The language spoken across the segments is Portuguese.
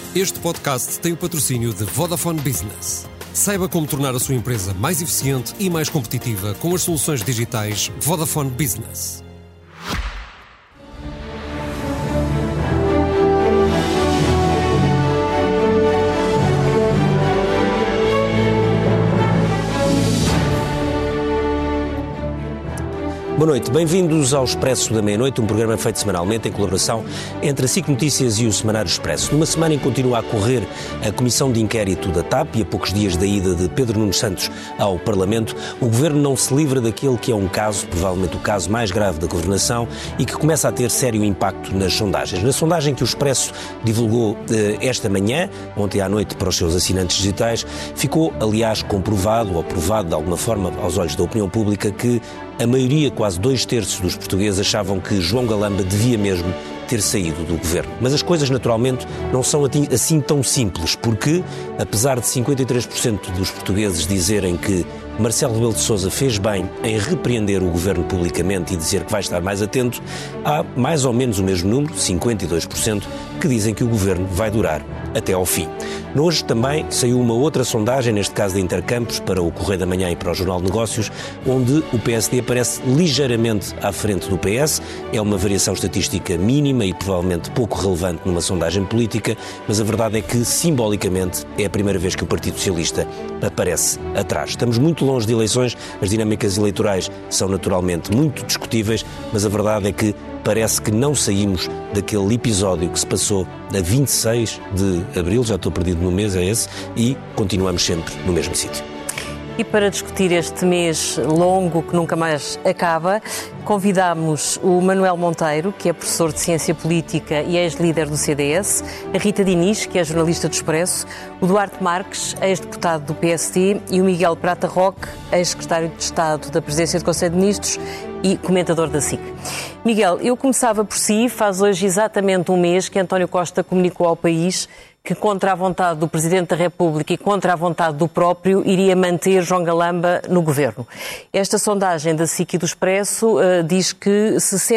Este podcast tem o patrocínio de Vodafone Business. Saiba como tornar a sua empresa mais eficiente e mais competitiva com as soluções digitais Vodafone Business. Boa noite, bem-vindos ao Expresso da Meia-Noite, um programa feito semanalmente em colaboração entre a SIC Notícias e o Semanário Expresso. Numa semana em que continua a correr a Comissão de Inquérito da TAP e a poucos dias da ida de Pedro Nuno Santos ao Parlamento, o Governo não se livra daquele que é um caso, provavelmente o caso mais grave da governação e que começa a ter sério impacto nas sondagens. Na sondagem que o Expresso divulgou esta manhã, ontem à noite para os seus assinantes digitais, ficou, aliás, comprovado ou provado de alguma forma aos olhos da opinião pública que a maioria, quase 2/3 dos portugueses, achavam que João Galamba devia mesmo ter saído do governo. Mas as coisas, naturalmente, não são assim tão simples, porque, apesar de 53% dos portugueses dizerem que Marcelo Rebelo de Sousa fez bem em repreender o governo publicamente e dizer que vai estar mais atento, há mais ou menos o mesmo número, 52%, que dizem que o governo vai durar até ao fim. Hoje também saiu uma outra sondagem, neste caso da Intercampos, para o Correio da Manhã e para o Jornal de Negócios, onde o PSD aparece ligeiramente à frente do PS. É uma variação estatística mínima e provavelmente pouco relevante numa sondagem política, mas a verdade é que, simbolicamente, é a primeira vez que o Partido Socialista aparece atrás. Estamos muito longe de eleições, as dinâmicas eleitorais são naturalmente muito discutíveis, mas a verdade é que parece que não saímos daquele episódio que se passou a 26 de abril, já estou perdido no mês, é esse, e continuamos sempre no mesmo sítio. E para discutir este mês longo que nunca mais acaba, convidámos o Manuel Monteiro, que é professor de Ciência Política e ex-líder do CDS, a Rita Diniz, que é jornalista do Expresso, o Duarte Marques, ex-deputado do PSD, e o Miguel Prata Roque, ex-secretário de Estado da Presidência do Conselho de Ministros e comentador da SIC. Miguel, eu começava por si. Faz hoje exatamente um mês que António Costa comunicou ao país que, contra a vontade do Presidente da República e contra a vontade do próprio, iria manter João Galamba no governo. Esta sondagem da SIC e do Expresso diz que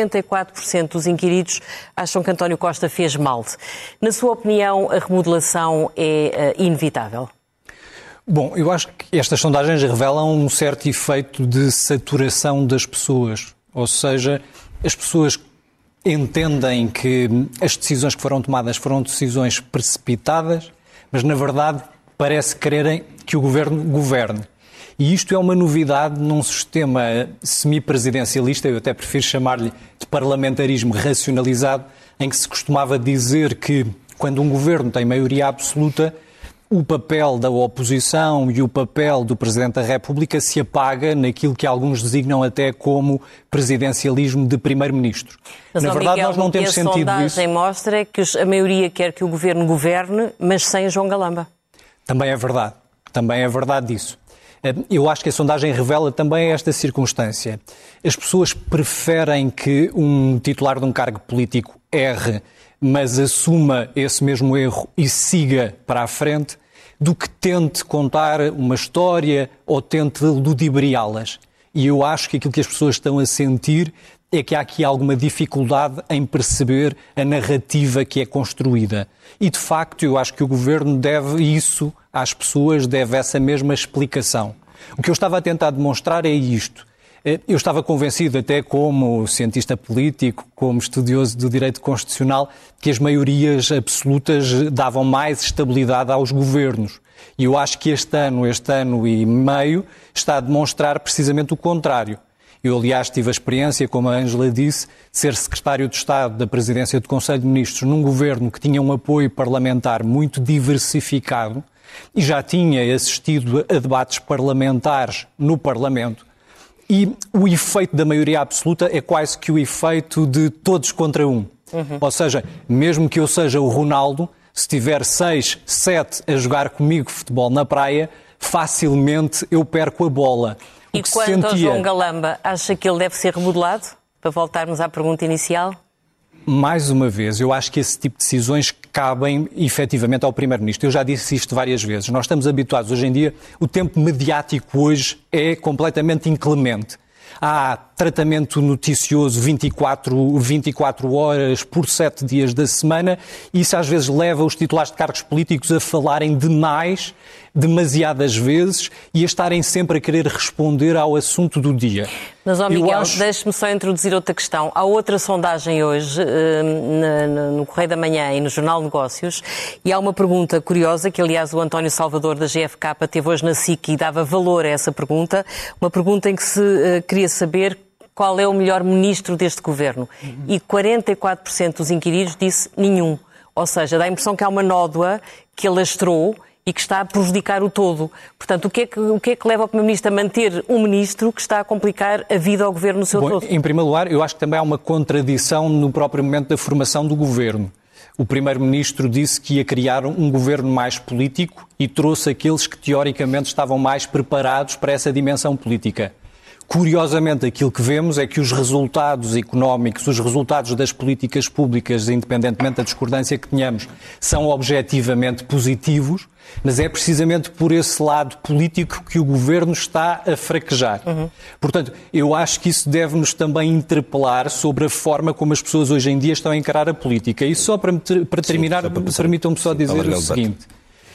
64% dos inquiridos acham que António Costa fez mal. Na sua opinião, a remodelação é inevitável? Bom, eu acho que estas sondagens revelam um certo efeito de saturação das pessoas. Ou seja, as pessoas entendem que as decisões que foram tomadas foram decisões precipitadas, mas, na verdade, parece quererem que o governo governe. E isto é uma novidade num sistema semipresidencialista, eu até prefiro chamar-lhe de parlamentarismo racionalizado, em que se costumava dizer que, quando um governo tem maioria absoluta, o papel da oposição e o papel do Presidente da República se apaga naquilo que alguns designam até como presidencialismo de Primeiro-Ministro. Mas, na verdade, Miguel, nós não temos sentido isso. A sondagem mostra que a maioria quer que o governo governe, mas sem João Galamba. Também é verdade isso. Eu acho que a sondagem revela também esta circunstância. As pessoas preferem que um titular de um cargo político erre, mas assuma esse mesmo erro e siga para a frente, do que tente contar uma história ou tente ludibriá-las. E eu acho que aquilo que as pessoas estão a sentir é que há aqui alguma dificuldade em perceber a narrativa que é construída. E, de facto, eu acho que o Governo deve isso às pessoas, deve essa mesma explicação. O que eu estava a tentar demonstrar é isto. Eu estava convencido, até como cientista político, como estudioso do direito constitucional, que as maiorias absolutas davam mais estabilidade aos governos. E eu acho que este ano e meio, está a demonstrar precisamente o contrário. Eu, aliás, tive a experiência, como a Ângela disse, de ser secretário de Estado da Presidência do Conselho de Ministros num governo que tinha um apoio parlamentar muito diversificado e já tinha assistido a debates parlamentares no Parlamento. E o efeito da maioria absoluta é quase que o efeito de todos contra um. Ou seja, mesmo que eu seja o Ronaldo, se tiver 6, 7 a jogar comigo futebol na praia, facilmente eu perco a bola. E quanto ao João Galamba, acha que ele deve ser remodelado? Para voltarmos à pergunta inicial. Mais uma vez, eu acho que esse tipo de decisões cabem efetivamente ao Primeiro-Ministro. Eu já disse isto várias vezes. Nós estamos habituados hoje em dia, o tempo mediático hoje é completamente inclemente. Há tratamento noticioso 24 horas por 7 dias da semana, e isso às vezes leva os titulares de cargos políticos a falarem demais, demasiadas vezes, e a estarem sempre a querer responder ao assunto do dia. Mas, Miguel, deixe-me só introduzir outra questão. Há outra sondagem hoje, no Correio da Manhã e no Jornal de Negócios, e há uma pergunta curiosa, que aliás o António Salvador da GfK teve hoje na SIC e dava valor a essa pergunta, uma pergunta em que se queria saber qual é o melhor ministro deste governo. E 44% dos inquiridos disse nenhum. Ou seja, dá a impressão que há uma nódoa que alastrou e que está a prejudicar o todo. Portanto, o que é que leva o Primeiro-Ministro a manter um ministro que está a complicar a vida ao governo no seu todo? Em primeiro lugar, eu acho que também há uma contradição no próprio momento da formação do governo. O Primeiro-Ministro disse que ia criar um governo mais político e trouxe aqueles que teoricamente estavam mais preparados para essa dimensão política. Curiosamente, aquilo que vemos é que os resultados económicos, os resultados das políticas públicas, independentemente da discordância que tenhamos, são objetivamente positivos, mas é precisamente por esse lado político que o governo está a fraquejar. Portanto, eu acho que isso deve-nos também interpelar sobre a forma como as pessoas hoje em dia estão a encarar a política. E só para terminar, permitam-me só dizer o seguinte.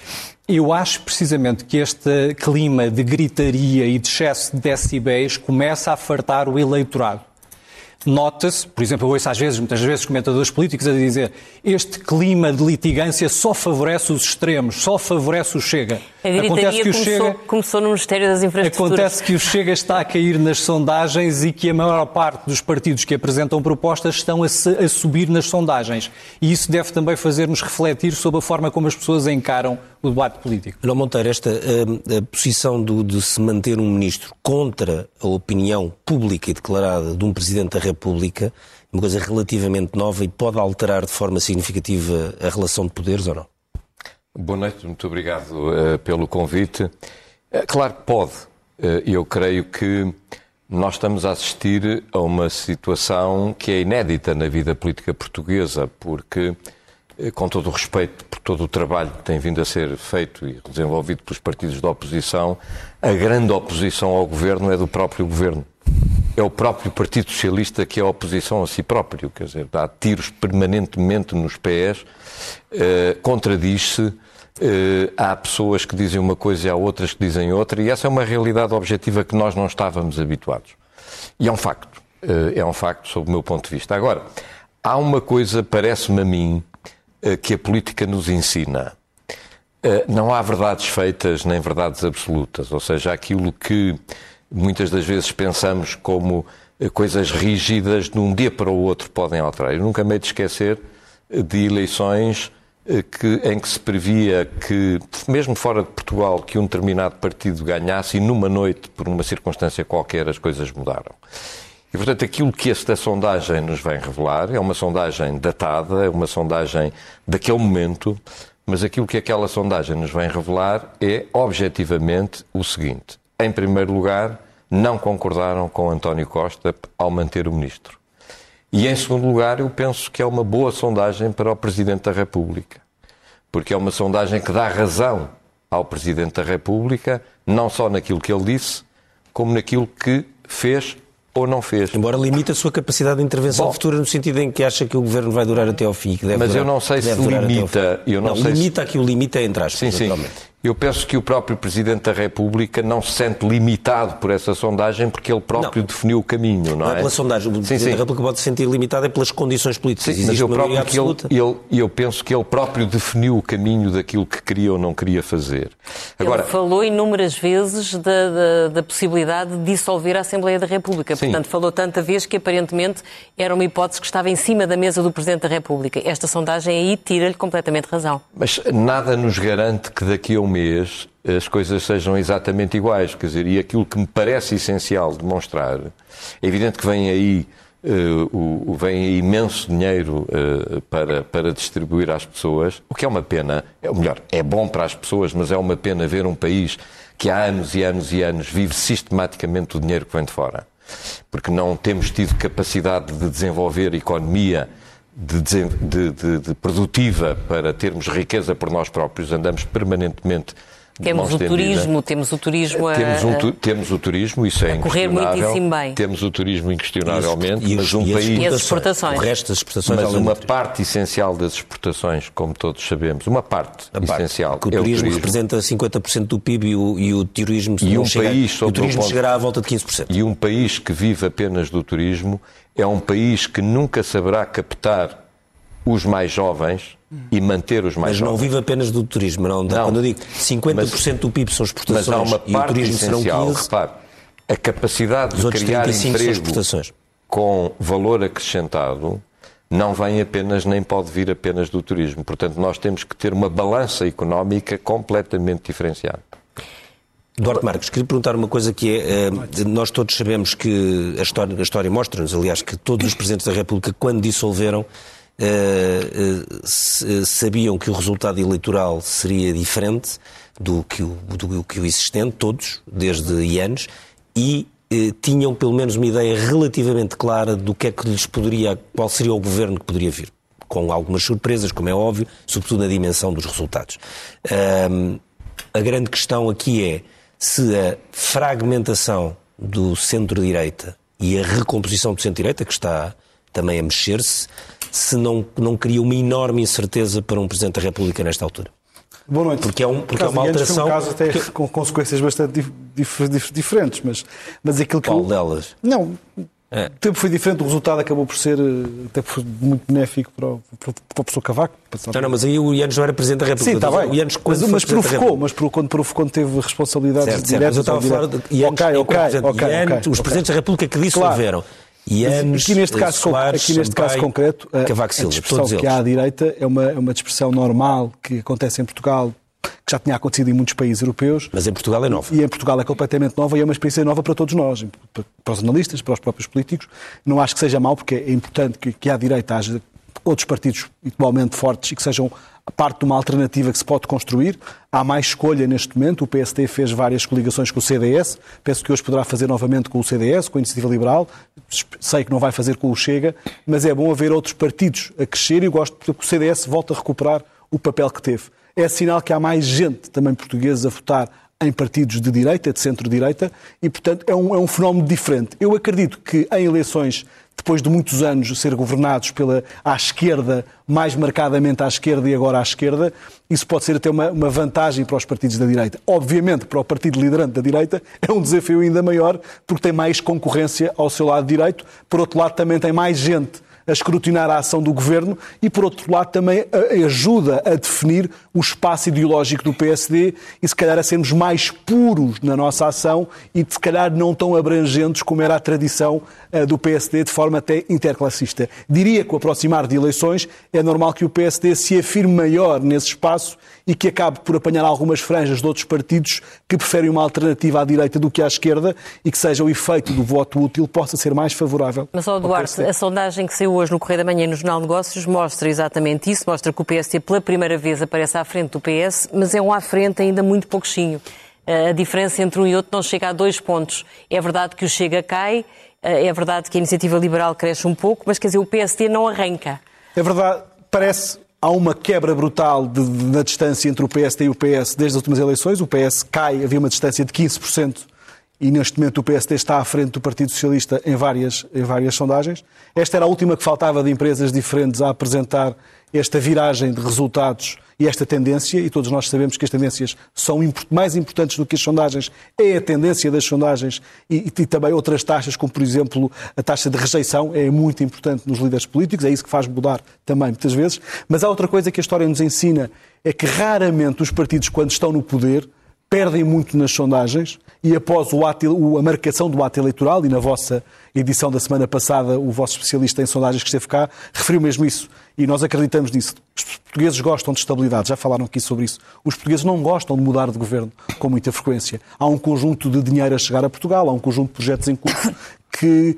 Eu acho precisamente que este clima de gritaria e de excesso de decibéis começa a fartar o eleitorado. Nota-se, por exemplo, eu ouço muitas vezes comentadores políticos a dizer este clima de litigância só favorece os extremos, só favorece o Chega. A gritaria começou no Ministério das Infraestruturas. Acontece que o Chega está a cair nas sondagens e que a maior parte dos partidos que apresentam propostas estão a subir nas sondagens. E isso deve também fazer-nos refletir sobre a forma como as pessoas encaram o debate político. Manuel Monteiro, esta a posição de se manter um ministro contra a opinião pública e declarada de um Presidente da República, uma coisa relativamente nova e pode alterar de forma significativa a relação de poderes ou não? Boa noite, muito obrigado pelo convite. Claro que pode. Eu creio que nós estamos a assistir a uma situação que é inédita na vida política portuguesa, porque, com todo o respeito por todo o trabalho que tem vindo a ser feito e desenvolvido pelos partidos da oposição, a grande oposição ao governo é do próprio governo. É o próprio Partido Socialista que é a oposição a si próprio, quer dizer, dá tiros permanentemente nos pés, contradiz-se, há pessoas que dizem uma coisa e há outras que dizem outra, e essa é uma realidade objetiva que nós não estávamos habituados. E é um facto sob o meu ponto de vista. Agora, há uma coisa, parece-me a mim, que a política nos ensina. Não há verdades feitas nem verdades absolutas, ou seja, aquilo que muitas das vezes pensamos como coisas rígidas, de um dia para o outro podem alterar. Eu nunca me hei de esquecer de eleições em que se previa que, mesmo fora de Portugal, que um determinado partido ganhasse e numa noite, por uma circunstância qualquer, as coisas mudaram. E, portanto, aquilo que esta sondagem nos vem revelar é uma sondagem datada, é uma sondagem daquele momento, mas aquilo que aquela sondagem nos vem revelar é, objetivamente, o seguinte. Em primeiro lugar, não concordaram com António Costa ao manter o ministro. E, em segundo lugar, eu penso que é uma boa sondagem para o Presidente da República. Porque é uma sondagem que dá razão ao Presidente da República, não só naquilo que ele disse, como naquilo que fez ou não fez. Embora limite a sua capacidade de intervenção futura, no sentido em que acha que o governo vai durar até ao fim. Que deve mas durar, eu não sei se limita. Limita aqui o limite é entre aspas. Sim. Eu penso que o próprio Presidente da República não se sente limitado por essa sondagem porque ele próprio definiu o caminho, não é? Não é pela sondagem. O Presidente da República pode se sentir limitado é pelas condições políticas. Sim, mas eu penso que ele próprio definiu o caminho daquilo que queria ou não queria fazer. Agora, ele falou inúmeras vezes da possibilidade de dissolver a Assembleia da República. Sim. Portanto, falou tanta vez que aparentemente era uma hipótese que estava em cima da mesa do Presidente da República. Esta sondagem aí tira-lhe completamente razão. Mas nada nos garante que daqui a um mês as coisas sejam exatamente iguais. Quer dizer, e aquilo que me parece essencial demonstrar, é evidente que vem aí imenso dinheiro para distribuir às pessoas, o que é uma pena, é bom para as pessoas, mas é uma pena ver um país que há anos e anos e anos vive sistematicamente o dinheiro que vem de fora. Porque não temos tido capacidade de desenvolver economia de produtiva para termos riqueza por nós próprios, andamos permanentemente Temos o turismo temos o turismo, isso é correr muitíssimo bem. Temos o turismo inquestionavelmente, e as exportações. O resto das exportações, mas uma parte essencial das exportações, como todos sabemos, uma parte essencial que o turismo representa 50% do PIB e o turismo chegará à volta de 15%. E um país que vive apenas do turismo é um país que nunca saberá captar os mais jovens e manter os mais jovens. Mas não vive apenas do turismo, não. Quando eu digo 50% do PIB são exportações, mas há uma parte e o turismo essencial, serão 15%. Repare, a capacidade de criar emprego com valor acrescentado não vem apenas, nem pode vir apenas do turismo. Portanto, nós temos que ter uma balança económica completamente diferenciada. Duarte Marques, queria perguntar uma coisa que é, nós todos sabemos que a história mostra-nos, aliás, que todos os Presidentes da República, quando dissolveram, sabiam que o resultado eleitoral seria diferente do que o existente, todos, desde anos, e tinham pelo menos uma ideia relativamente clara do que é que lhes qual seria o governo que poderia vir, com algumas surpresas, como é óbvio, sobretudo na dimensão dos resultados. A grande questão aqui é se a fragmentação do centro-direita e a recomposição do centro-direita, que está também a mexer-se, se não cria uma enorme incerteza para um Presidente da República nesta altura. Boa noite. Porque é uma alteração... Foi um caso até com consequências bastante diferentes, mas aquilo que... Qual delas? Não, o tempo foi diferente, o resultado acabou por ser até muito benéfico para o professor Cavaco. Não, mas aí o Ianes não era Presidente da República. Sim, está bem. O Ianes, quando teve responsabilidades diretas... Mas eu estava a falar de Ianes, os Presidentes da República que dissolveram. Ianes, aqui neste caso concreto, Cavaco Silva, a dispersão que há à direita é uma dispersão normal que acontece em Portugal, que já tinha acontecido em muitos países europeus. Mas em Portugal é nova. E em Portugal é completamente nova e é uma experiência nova para todos nós, para os jornalistas, para os próprios políticos. Não acho que seja mau, porque é importante que à direita haja outros partidos igualmente fortes e que sejam parte de uma alternativa que se pode construir. Há mais escolha neste momento. O PSD fez várias coligações com o CDS. Penso que hoje poderá fazer novamente com o CDS, com a Iniciativa Liberal. Sei que não vai fazer com o Chega, mas é bom haver outros partidos a crescer e gosto que o CDS volte a recuperar o papel que teve. É sinal que há mais gente também portuguesa a votar em partidos de direita, de centro-direita, e, portanto, é um fenómeno diferente. Eu acredito que em eleições, depois de muitos anos ser governados à esquerda, mais marcadamente à esquerda e agora à esquerda, isso pode ser até uma vantagem para os partidos da direita. Obviamente, para o partido liderante da direita, é um desafio ainda maior, porque tem mais concorrência ao seu lado direito. Por outro lado, também tem mais gente a escrutinar a ação do governo e, por outro lado, também ajuda a definir o espaço ideológico do PSD e, se calhar, a sermos mais puros na nossa ação e, se calhar, não tão abrangentes como era a tradição do PSD, de forma até interclassista. Diria que, o aproximar de eleições, é normal que o PSD se afirme maior nesse espaço e que acabe por apanhar algumas franjas de outros partidos que preferem uma alternativa à direita do que à esquerda e que seja o efeito do voto útil possa ser mais favorável. Mas, Duarte, a sondagem que saiu hoje no Correio da Manhã e no Jornal de Negócios mostra exatamente isso, mostra que o PSD pela primeira vez aparece à frente do PS, mas é um à frente ainda muito pouquinho. A diferença entre um e outro não chega a 2 pontos. É verdade que o Chega cai, é verdade que a Iniciativa Liberal cresce um pouco, mas quer dizer, o PSD não arranca. É verdade, há uma quebra brutal na distância entre o PSD e o PS desde as últimas eleições. O PS cai, havia uma distância de 15%. E neste momento o PSD está à frente do Partido Socialista em várias sondagens. Esta era a última que faltava de empresas diferentes a apresentar esta viragem de resultados e esta tendência, e todos nós sabemos que as tendências são mais importantes do que as sondagens, é a tendência das sondagens e também outras taxas, como por exemplo a taxa de rejeição, é muito importante nos líderes políticos, é isso que faz mudar também muitas vezes. Mas há outra coisa que a história nos ensina, é que raramente os partidos, quando estão no poder, perdem muito nas sondagens e após a marcação do ato eleitoral, e na vossa edição da semana passada o vosso especialista em sondagens que esteve cá referiu mesmo isso, e nós acreditamos nisso. Os portugueses gostam de estabilidade, já falaram aqui sobre isso. Os portugueses não gostam de mudar de governo com muita frequência. Há um conjunto de dinheiro a chegar a Portugal, há um conjunto de projetos em curso que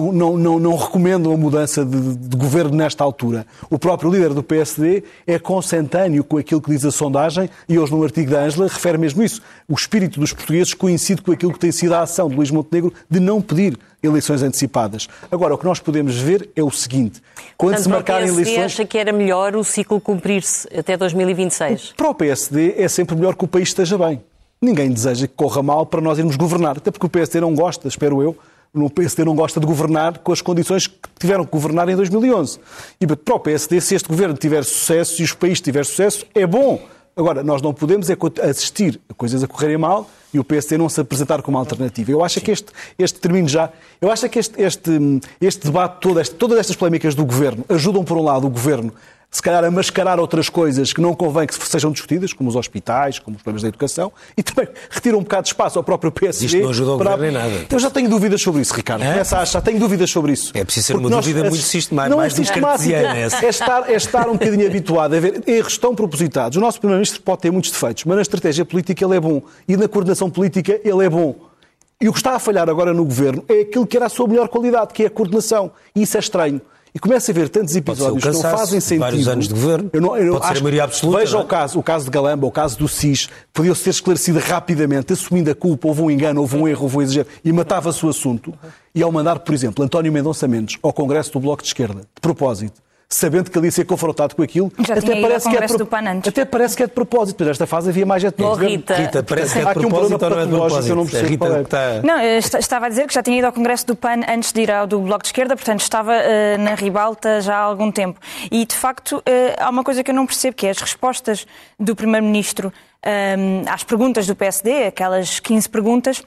não recomendam a mudança de governo nesta altura. O próprio líder do PSD é consentâneo com aquilo que diz a sondagem e hoje no artigo da Ângela refere mesmo isso. O espírito dos portugueses coincide com aquilo que tem sido a ação de Luís Montenegro de não pedir eleições antecipadas. Agora, o que nós podemos ver é o seguinte. Quando se marcarem eleições... acha que era melhor o ciclo cumprir-se até 2026? Para o PSD é sempre melhor que o país esteja bem. ninguém deseja que corra mal para nós irmos governar. Até porque o PSD não gosta, espero eu, o PSD não gosta de governar com as condições que tiveram que governar em 2011. E para o PSD, se este governo tiver sucesso e o país tiver sucesso, é bom. Agora, nós não podemos assistir a coisas a correrem mal e o PSD não se apresentar como alternativa. Eu acho que este termino já... Eu acho que este debate, todas estas polémicas do governo, ajudam, por um lado, o governo se calhar a mascarar outras coisas que não convém que sejam discutidas, como os hospitais, como os problemas da educação, e também retiram um bocado de espaço ao próprio PSD. Isto não ajuda o governo em nada. Eu já tenho dúvidas sobre isso, Ricardo. Começa a achar, tenho dúvidas sobre isso. É preciso ser uma dúvida muito sistemática, mais do que cartesiana. É estar um bocadinho habituado a ver erros tão propositados. O nosso Primeiro-Ministro pode ter muitos defeitos, mas na estratégia política ele é bom. E na coordenação política ele é bom. E o que está a falhar agora no governo é aquilo que era a sua melhor qualidade, que é a coordenação. E isso é estranho. E começa a ver tantos episódios que não fazem sentido. Vários anos de governo. Pode ser a maioria absoluta. Veja o caso de Galamba, o caso do SIS, podia ser esclarecido rapidamente, assumindo a culpa, houve um engano, houve um erro, houve um exagero, e matava-se o assunto. E ao mandar, por exemplo, António Mendonça Mendes ao Congresso do Bloco de Esquerda, de propósito, sabendo que ele ia ser confrontado com aquilo, até parece que é de propósito. Mas nesta fase havia mais gente de Rita, parece que é de propósito ou não é de propósito? Eu não percebo qual é. Não, estava a dizer que já tinha ido ao Congresso do PAN antes de ir ao do Bloco de Esquerda, portanto estava na ribalta já há algum tempo. E, de facto, há uma coisa que eu não percebo, que é as respostas do Primeiro-Ministro às perguntas do PSD, aquelas 15 perguntas,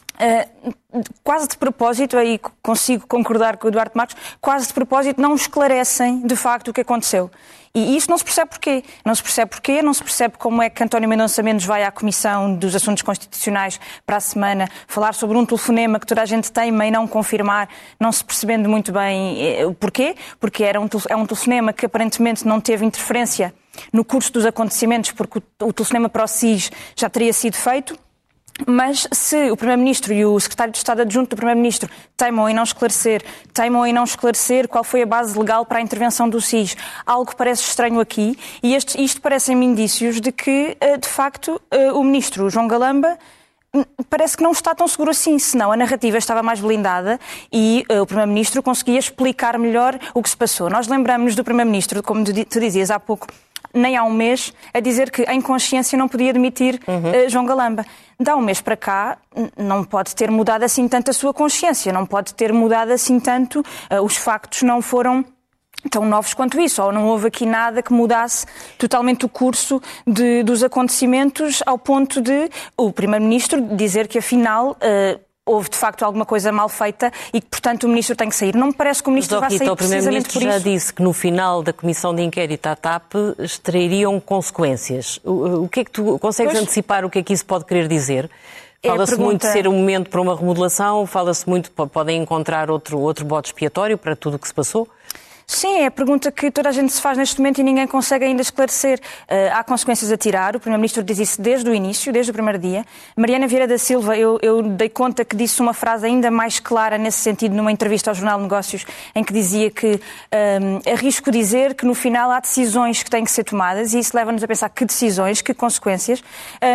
quase de propósito, aí consigo concordar com o Eduardo Marques, quase de propósito não esclarecem de facto o que aconteceu. E isso não se percebe porquê. Não se percebe porquê, não se percebe como é que António Mendonça Mendes vai à Comissão dos Assuntos Constitucionais para a semana falar sobre um telefonema que toda a gente teima em não confirmar, não se percebendo muito bem o porquê, porque é um telefonema que aparentemente não teve interferência no curso dos acontecimentos, porque o telefonema para o SIS já teria sido feito. Mas se o Primeiro-Ministro e o Secretário de Estado Adjunto do Primeiro-Ministro teimam em não esclarecer qual foi a base legal para a intervenção do SIS, algo parece estranho aqui, e isto parecem-me indícios de que, de facto, o Ministro João Galamba parece que não está tão seguro assim, senão a narrativa estava mais blindada e o Primeiro-Ministro conseguia explicar melhor o que se passou. Nós lembramos do Primeiro-Ministro, como tu dizias há pouco, nem há um mês, a dizer que em consciência não podia demitir João Galamba. De há um mês para cá não pode ter mudado assim tanto a sua consciência, não pode ter mudado assim tanto, os factos não foram tão novos quanto isso, ou não houve aqui nada que mudasse totalmente o curso dos acontecimentos ao ponto de o Primeiro-Ministro dizer que afinal houve de facto alguma coisa mal feita e que, portanto, o Ministro tem que sair. Não me parece que o Ministro vá sair precisamente por isso. O Primeiro-Ministro já disse que no final da Comissão de Inquérito à TAP extrairiam consequências. O que é que tu consegues antecipar o que é que isso pode querer dizer? Fala-se muito de ser um momento para uma remodelação, fala-se muito, podem encontrar outro bode expiatório para tudo o que se passou? Sim, é a pergunta que toda a gente se faz neste momento e ninguém consegue ainda esclarecer. Há consequências a tirar, o Primeiro-Ministro diz isso desde o início, desde o primeiro dia. Mariana Vieira da Silva, eu dei conta que disse uma frase ainda mais clara nesse sentido numa entrevista ao Jornal de Negócios, em que dizia que arrisco dizer que no final há decisões que têm que ser tomadas e isso leva-nos a pensar que decisões, que consequências.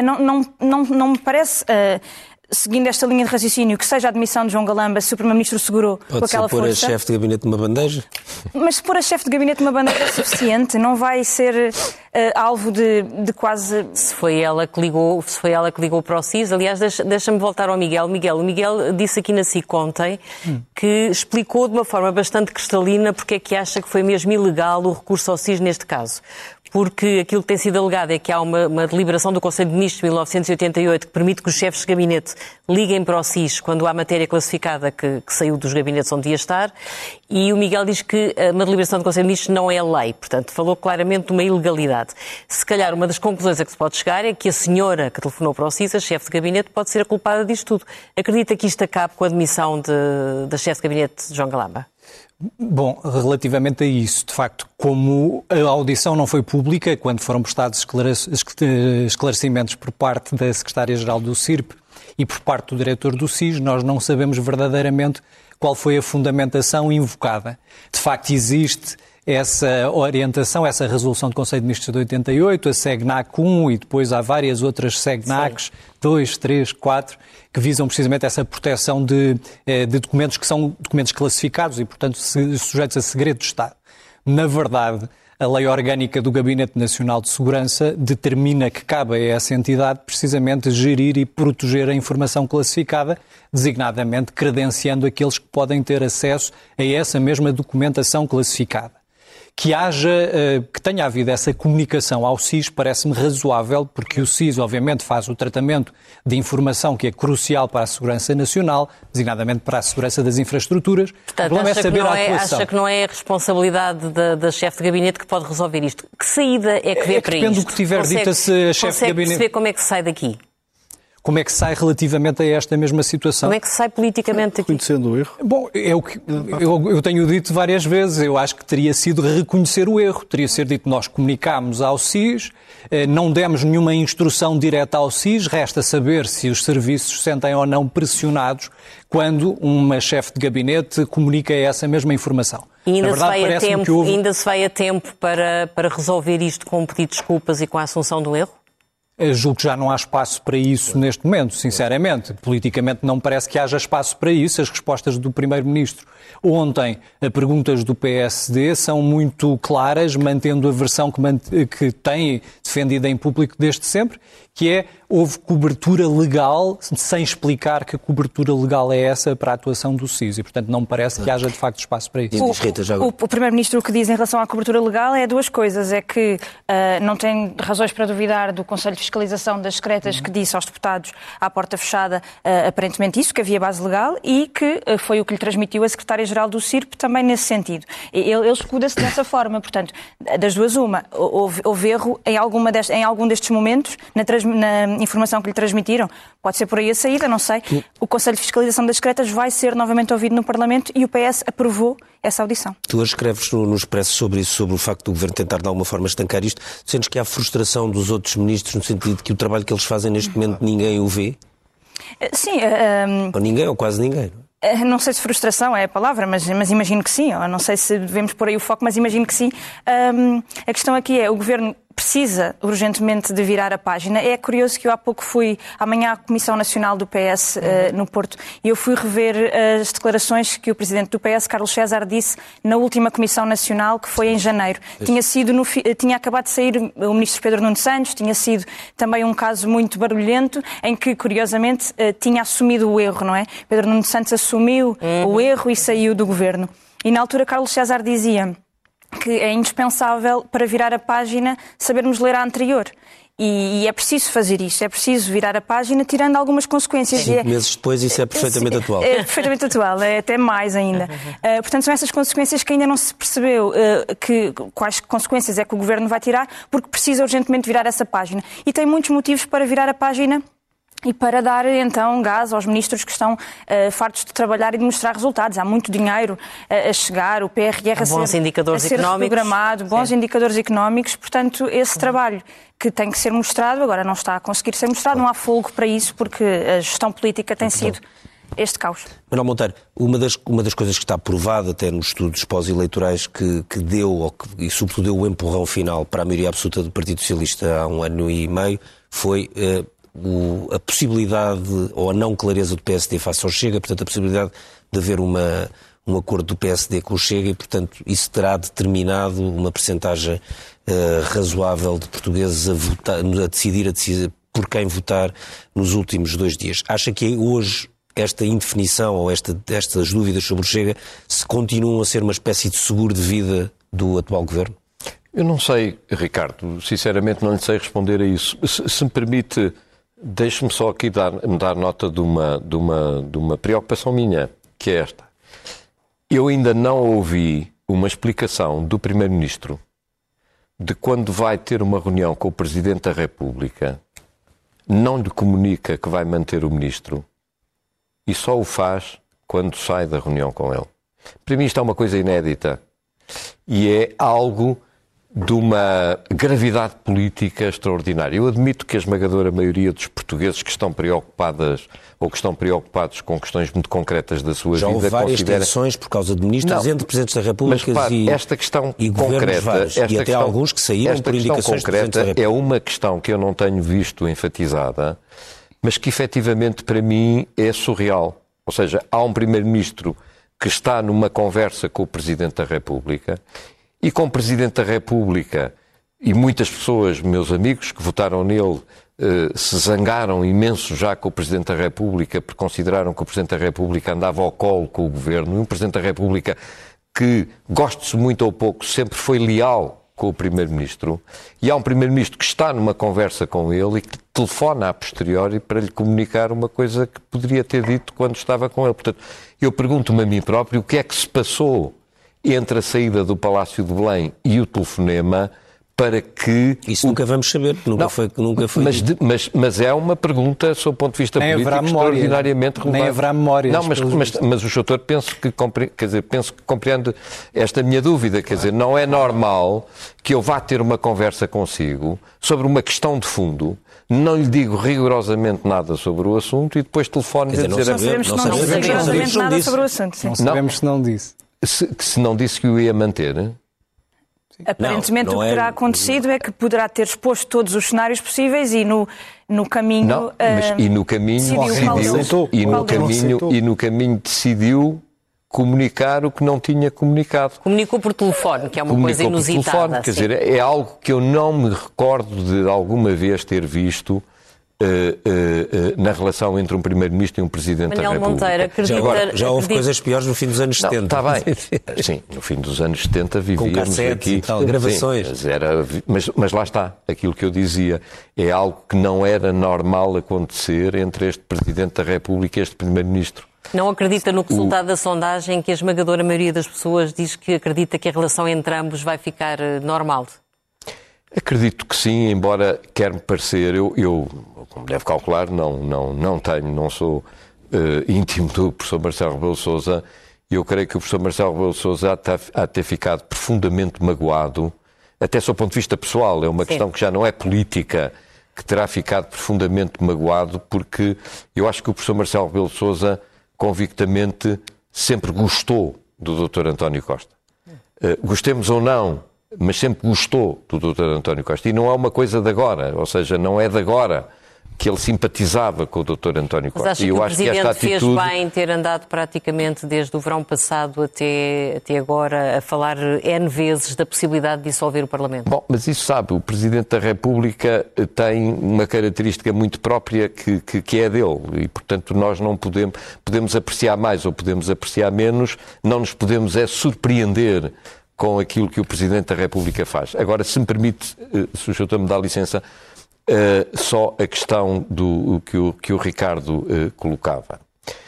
Não me parece... seguindo esta linha de raciocínio, que seja a admissão de João Galamba, se o Primeiro-Ministro segurou com aquela força... Pode ser pôr a chefe de gabinete numa bandeja? Mas se pôr a chefe de gabinete numa bandeja é suficiente, não vai ser alvo de quase... Se foi ela que ligou para o SIS, aliás, deixa-me voltar ao Miguel. O Miguel disse aqui na SIC ontem que explicou de uma forma bastante cristalina porque é que acha que foi mesmo ilegal o recurso ao SIS neste caso. Porque aquilo que tem sido alegado é que há uma deliberação do Conselho de Ministros de 1988 que permite que os chefes de gabinete liguem para o SIS quando há matéria classificada que saiu dos gabinetes onde ia estar, e o Miguel diz que uma deliberação do Conselho de Ministros não é lei, portanto falou claramente de uma ilegalidade. Se calhar uma das conclusões a que se pode chegar é que a senhora que telefonou para o SIS, a chefe de gabinete, pode ser a culpada disto tudo. Acredita que isto acabe com a admissão da chefe de gabinete de João Galamba? Bom, relativamente a isso, de facto, como a audição não foi pública, quando foram prestados esclarecimentos por parte da Secretária-Geral do CIRP e por parte do Diretor do SIS, nós não sabemos verdadeiramente qual foi a fundamentação invocada. De facto, existe essa orientação, essa resolução do Conselho de Ministros de 88, a SEGNAC 1 e depois há várias outras SEGNACs, 2, 3, 4, que visam precisamente essa proteção de documentos que são documentos classificados e, portanto, sujeitos a segredo de Estado. Na verdade, A Lei Orgânica do Gabinete Nacional de Segurança determina que cabe a essa entidade precisamente gerir e proteger a informação classificada, designadamente credenciando aqueles que podem ter acesso a essa mesma documentação classificada. Que tenha havido essa comunicação ao SIS parece-me razoável, porque o SIS, obviamente, faz o tratamento de informação que é crucial para a segurança nacional, designadamente para a segurança das infraestruturas. Portanto, acha que não é a responsabilidade da chefe de gabinete que pode resolver isto? Que saída é que vê para isto? Depende do que tiver dito a chefe de gabinete. Consegue perceber como é que se sai daqui? Como é que sai relativamente a esta mesma situação? Como é que se sai politicamente aqui? Reconhecendo o erro? Bom, eu tenho dito várias vezes, eu acho que teria sido reconhecer o erro. Teria sido dito, nós comunicámos ao SIS, não demos nenhuma instrução direta ao SIS, resta saber se os serviços se sentem ou não pressionados quando uma chefe de gabinete comunica essa mesma informação. E ainda se vai a tempo para resolver isto com um pedido de desculpas e com a assunção do erro? Julgo que já não há espaço para isso neste momento, sinceramente. Politicamente não parece que haja espaço para isso. As respostas do Primeiro-Ministro ontem a perguntas do PSD são muito claras, mantendo a versão que tem defendida em público desde sempre, que é houve cobertura legal, sem explicar que cobertura legal é essa para a atuação do SIS. E, portanto, não me parece que haja, de facto, espaço para isso. O Primeiro-Ministro o que diz em relação à cobertura legal é duas coisas. É que não tem razões para duvidar do Conselho de Fiscalização das Secretas que disse aos deputados à porta fechada, aparentemente isso, que havia base legal, e que foi o que lhe transmitiu a Secretária-Geral do CIRP também nesse sentido. Ele escuda-se dessa forma. Portanto, das duas uma, houve erro em algum destes momentos na informação que lhe transmitiram. Pode ser por aí a saída, não sei. O Conselho de Fiscalização das Secretas vai ser novamente ouvido no Parlamento e o PS aprovou essa audição. Tu hoje escreves no Expresso sobre isso, sobre o facto do Governo tentar de alguma forma estancar isto. Sentes que há frustração dos outros ministros no sentido de que o trabalho que eles fazem neste momento ninguém o vê? Sim. Ou ninguém, ou quase ninguém. Não sei se frustração é a palavra, mas imagino que sim. Eu não sei se devemos pôr aí o foco, mas imagino que sim. A questão aqui é, o Governo precisa urgentemente de virar a página. É curioso que eu há pouco fui amanhã à Comissão Nacional do PS no Porto e eu fui rever as declarações que o Presidente do PS, Carlos César, disse na última Comissão Nacional, que foi em janeiro. Tinha acabado de sair o Ministro Pedro Nuno Santos, tinha sido também um caso muito barulhento, em que, curiosamente, tinha assumido o erro, não é? Pedro Nuno Santos assumiu o erro e saiu do Governo. E na altura Carlos César dizia que é indispensável para virar a página sabermos ler a anterior. E é preciso fazer isso, é preciso virar a página tirando algumas consequências. 5 meses depois isso é perfeitamente atual. É perfeitamente atual, é até mais ainda. Portanto, são essas consequências que ainda não se percebeu quais consequências é que o Governo vai tirar, porque precisa urgentemente virar essa página. E tem muitos motivos para virar a página e para dar, então, gás aos ministros que estão fartos de trabalhar e de mostrar resultados. Há muito dinheiro a chegar, o PRR a ser reprogramado, bons indicadores económicos. Portanto, esse trabalho que tem que ser mostrado, agora não está a conseguir ser mostrado, não há folgo para isso, porque a gestão política tem sido este caos. Manuel Monteiro, uma das coisas que está provada até nos estudos pós-eleitorais que deu, e sobretudo deu o empurrão final para a maioria absoluta do Partido Socialista há 1 ano e meio, foi a possibilidade, ou a não clareza do PSD face ao Chega, portanto a possibilidade de haver um acordo do PSD com o Chega e, portanto, isso terá determinado uma percentagem razoável de portugueses a decidir por quem votar nos últimos 2 dias. Acha que hoje esta indefinição ou estas dúvidas sobre o Chega se continuam a ser uma espécie de seguro de vida do atual Governo? Eu não sei, Ricardo, sinceramente não lhe sei responder a isso. Se me permite, deixe-me só aqui dar nota de uma preocupação minha, que é esta. Eu ainda não ouvi uma explicação do Primeiro-Ministro de quando vai ter uma reunião com o Presidente da República, não lhe comunica que vai manter o Ministro e só o faz quando sai da reunião com ele. Para mim isto é uma coisa inédita e é algo de uma gravidade política extraordinária. Eu admito que a esmagadora maioria dos portugueses que estão preocupados com questões muito concretas da sua vida... Já houve várias tensões por causa de ministros entre Presidentes da República esta questão concreta... e até alguns que saíram por indicações concreta é uma questão que eu não tenho visto enfatizada, mas que efetivamente para mim é surreal. Ou seja, há um Primeiro-Ministro que está numa conversa com o Presidente da República e com o Presidente da República, e muitas pessoas, meus amigos, que votaram nele, se zangaram imenso já com o Presidente da República, porque consideraram que o Presidente da República andava ao colo com o Governo, e um Presidente da República que, goste-se muito ou pouco, sempre foi leal com o Primeiro-Ministro, e há um Primeiro-Ministro que está numa conversa com ele e que telefona a posteriori para lhe comunicar uma coisa que poderia ter dito quando estava com ele. Portanto, eu pergunto-me a mim próprio o que é que se passou entre a saída do Palácio de Belém e o telefonema para que... Isso nunca vamos saber, nunca foi mas é uma pergunta, sob o ponto de vista político, extraordinariamente relevante. Nem haverá memória. Não, mas o doutor penso que compreende esta minha dúvida. Quer dizer, não é normal que eu vá ter uma conversa consigo sobre uma questão de fundo, não lhe digo rigorosamente nada sobre o assunto e depois telefone-lhe a dizer... Não sabemos rigorosamente nada sobre o assunto. Não sabemos se não disse. Se não disse que o ia manter... Aparentemente o que terá acontecido é que poderá ter exposto todos os cenários possíveis e no caminho... no caminho decidiu comunicar o que não tinha comunicado. Comunicou por telefone, que é uma coisa inusitada. Por telefone, quer dizer, é algo que eu não me recordo de alguma vez ter visto na relação entre um Primeiro-Ministro e um Presidente da República. Monteiro, acredita... Já houve coisas piores no fim dos anos 70. Está bem. Sim, no fim dos anos 70 vivíamos aqui... E tal, gravações. Sim, mas lá está. Aquilo que eu dizia é algo que não era normal acontecer entre este Presidente da República e este Primeiro-Ministro. Não acredita no resultado da sondagem que a esmagadora maioria das pessoas diz que acredita que a relação entre ambos vai ficar normal? Acredito que sim, embora quer-me parecer, eu como deve calcular, não sou íntimo do professor Marcelo Rebelo de Sousa. Eu creio que o professor Marcelo Rebelo de Sousa há de ter ficado profundamente magoado, até do ponto de vista pessoal, é uma questão que já não é política, que terá ficado profundamente magoado, porque eu acho que o professor Marcelo Rebelo de Sousa convictamente sempre gostou do Dr. António Costa. Gostemos ou não, mas sempre gostou do Dr. António Costa. E não é uma coisa de agora, ou seja, não é de agora que ele simpatizava com o Dr. António Costa. Mas acha que o Presidente fez bem ter andado praticamente desde o verão passado até agora a falar N vezes da possibilidade de dissolver o Parlamento? Bom, mas isso sabe, o Presidente da República tem uma característica muito própria que é dele e, portanto, nós não podemos apreciar mais ou podemos apreciar menos, não nos podemos surpreender com aquilo que o Presidente da República faz. Agora, se me permite, se o Sr. me dá licença, só a questão que o Ricardo colocava.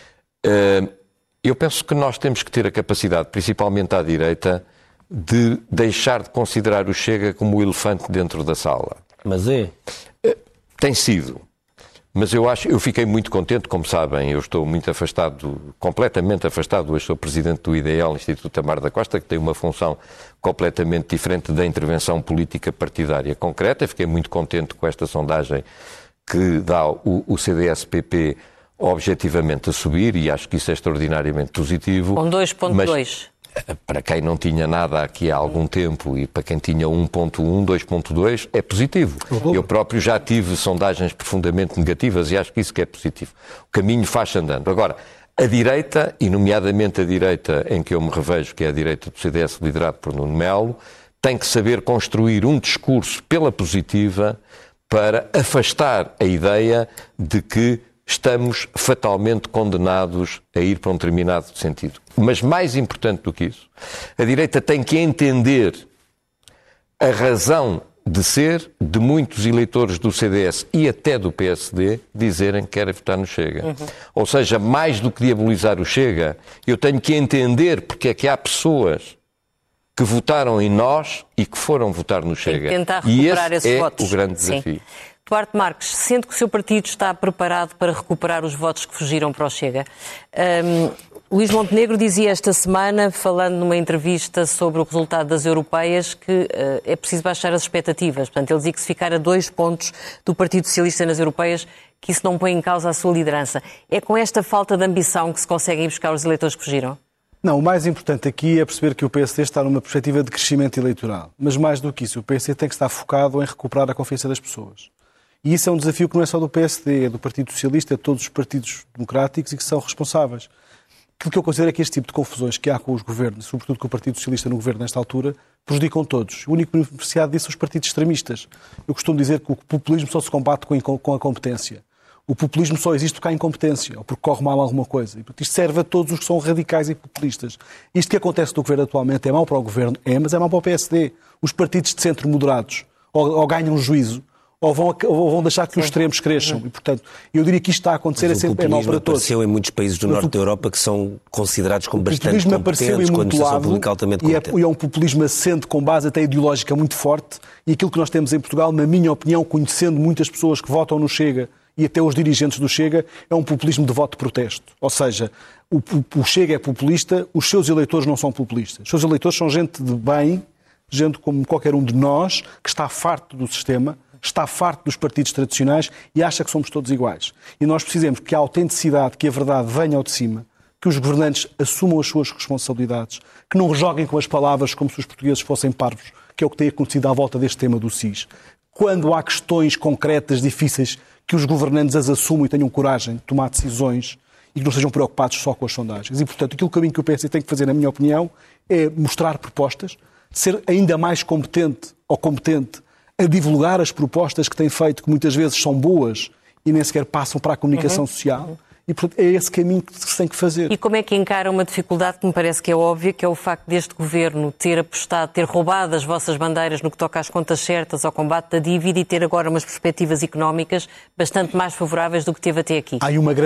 Eu penso que nós temos que ter a capacidade, principalmente à direita, de deixar de considerar o Chega como o elefante dentro da sala. Mas tem sido. Mas eu fiquei muito contente, como sabem, eu estou muito completamente afastado, hoje sou presidente do IDL, Instituto Amar da Costa, que tem uma função completamente diferente da intervenção política partidária concreta. Fiquei muito contente com esta sondagem que dá o CDS-PP objetivamente a subir e acho que isso é extraordinariamente positivo. Com 2,2. Para quem não tinha nada aqui há algum tempo e para quem tinha 1.1, 2.2, é positivo. Eu próprio já tive sondagens profundamente negativas e acho que isso que é positivo. O caminho faz-se andando. Agora, a direita, e nomeadamente a direita em que eu me revejo, que é a direita do CDS liderado por Nuno Melo, tem que saber construir um discurso pela positiva para afastar a ideia de que estamos fatalmente condenados a ir para um determinado sentido. Mas mais importante do que isso, a direita tem que entender a razão de ser de muitos eleitores do CDS e até do PSD dizerem que querem votar no Chega. Ou seja, mais do que diabolizar o Chega, eu tenho que entender porque é que há pessoas que votaram em nós e que foram votar no Chega. Tentar recuperar esses votos. O grande desafio. Duarte Marques, sente que o seu partido está preparado para recuperar os votos que fugiram para o Chega? Luís Montenegro dizia esta semana, falando numa entrevista sobre o resultado das europeias, que é preciso baixar as expectativas. Portanto, ele dizia que se ficar a 2 pontos do Partido Socialista nas europeias, que isso não põe em causa a sua liderança. É com esta falta de ambição que se conseguem ir buscar os eleitores que fugiram? Não, o mais importante aqui é perceber que o PSD está numa perspectiva de crescimento eleitoral. Mas mais do que isso, o PSD tem que estar focado em recuperar a confiança das pessoas. E isso é um desafio que não é só do PSD, é do Partido Socialista, é de todos os partidos democráticos e que são responsáveis. Aquilo que eu considero é que este tipo de confusões que há com os governos, sobretudo com o Partido Socialista no governo nesta altura, prejudicam todos. O único beneficiado disso são os partidos extremistas. Eu costumo dizer que o populismo só se combate com a competência. O populismo só existe porque há incompetência, ou porque corre mal alguma coisa. E, portanto, isto serve a todos os que são radicais e populistas. Isto que acontece no governo atualmente é mau para o governo, mas é mau para o PSD. Os partidos de centro moderados ou ganham juízo, ou vão deixar que os extremos cresçam. E, portanto, eu diria que isto está a acontecer, é sempre mau para todos. O populismo apareceu em muitos países do norte da Europa que são considerados como bastante competentes, com a administração pública altamente competente. E é um populismo assente com base até ideológica muito forte. E aquilo que nós temos em Portugal, na minha opinião, conhecendo muitas pessoas que votam no Chega e até os dirigentes do Chega, é um populismo de voto de protesto. Ou seja, o Chega é populista, os seus eleitores não são populistas. Os seus eleitores são gente de bem, gente como qualquer um de nós, que está farto do sistema, está farto dos partidos tradicionais e acha que somos todos iguais. E nós precisamos que a autenticidade, que a verdade venha ao de cima, que os governantes assumam as suas responsabilidades, que não joguem com as palavras como se os portugueses fossem parvos, que é o que tem acontecido à volta deste tema do SIS. Quando há questões concretas, difíceis, que os governantes as assumam e tenham coragem de tomar decisões e que não sejam preocupados só com as sondagens. E, portanto, aquilo caminho que o PS tem que fazer, na minha opinião, é mostrar propostas, ser ainda mais competente ou competente a divulgar as propostas que tem feito, que muitas vezes são boas e nem sequer passam para a comunicação social. E, portanto, é esse caminho que se tem que fazer. E como é que encara uma dificuldade que me parece que é óbvia, que é o facto deste governo ter apostado, ter roubado as vossas bandeiras no que toca às contas certas, ao combate da dívida e ter agora umas perspectivas económicas bastante mais favoráveis do que teve até aqui?